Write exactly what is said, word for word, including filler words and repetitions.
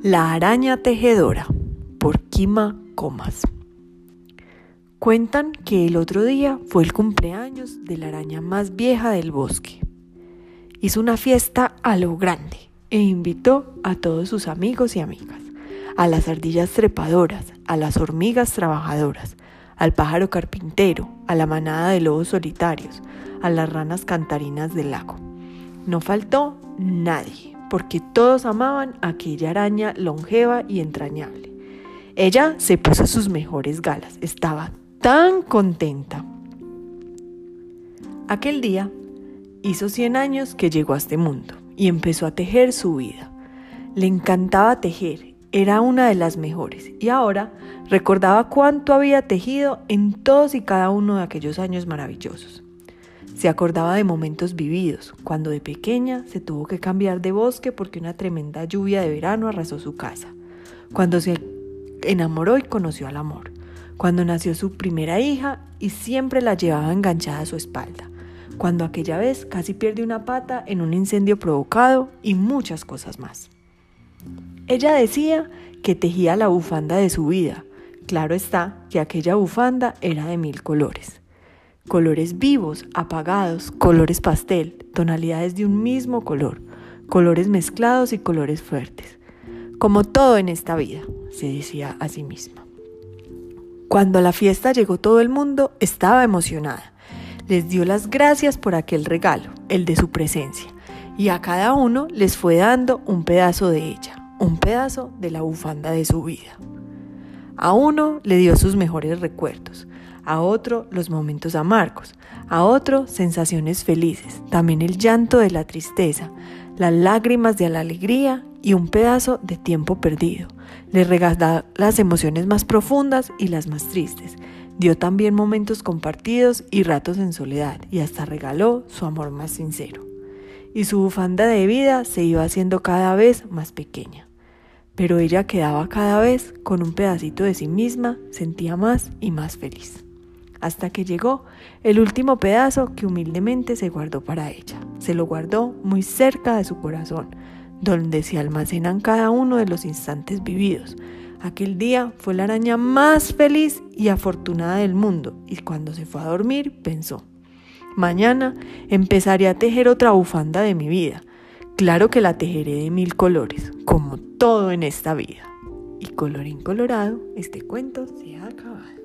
La araña tejedora, por Kima Comas. Cuentan que el otro día fue el cumpleaños de la araña más vieja del bosque. Hizo una fiesta a lo grande e invitó a todos sus amigos y amigas, a las ardillas trepadoras, a las hormigas trabajadoras, al pájaro carpintero, a la manada de lobos solitarios, a las ranas cantarinas del lago. No faltó nadie, porque todos amaban a aquella araña longeva y entrañable. Ella se puso sus mejores galas, estaba tan contenta. Aquel día hizo cien años que llegó a este mundo y empezó a tejer su vida. Le encantaba tejer, era una de las mejores y ahora recordaba cuánto había tejido en todos y cada uno de aquellos años maravillosos. Se acordaba de momentos vividos, cuando de pequeña se tuvo que cambiar de bosque porque una tremenda lluvia de verano arrasó su casa, cuando se enamoró y conoció al amor, cuando nació su primera hija y siempre la llevaba enganchada a su espalda, cuando aquella vez casi pierde una pata en un incendio provocado y muchas cosas más. Ella decía que tejía la bufanda de su vida. Claro está que aquella bufanda era de mil colores. Colores vivos, apagados, colores pastel, tonalidades de un mismo color, colores mezclados y colores fuertes. Como todo en esta vida, se decía a sí misma. Cuando a la fiesta llegó todo el mundo, estaba emocionada. Les dio las gracias por aquel regalo, el de su presencia, y a cada uno les fue dando un pedazo de ella, un pedazo de la bufanda de su vida. A uno le dio sus mejores recuerdos, a otro los momentos amargos, a otro sensaciones felices, también el llanto de la tristeza, las lágrimas de la alegría y un pedazo de tiempo perdido. Le regaló las emociones más profundas y las más tristes. Dio también momentos compartidos y ratos en soledad, y hasta regaló su amor más sincero. Y su bufanda de vida se iba haciendo cada vez más pequeña. Pero ella quedaba cada vez con un pedacito de sí misma, sentía más y más feliz. Hasta que llegó el último pedazo que humildemente se guardó para ella. Se lo guardó muy cerca de su corazón, donde se almacenan cada uno de los instantes vividos. Aquel día fue la araña más feliz y afortunada del mundo, y cuando se fue a dormir pensó: mañana empezaré a tejer otra bufanda de mi vida. Claro que la tejeré de mil colores, como todo en esta vida. Y colorín colorado, este cuento se ha acabado.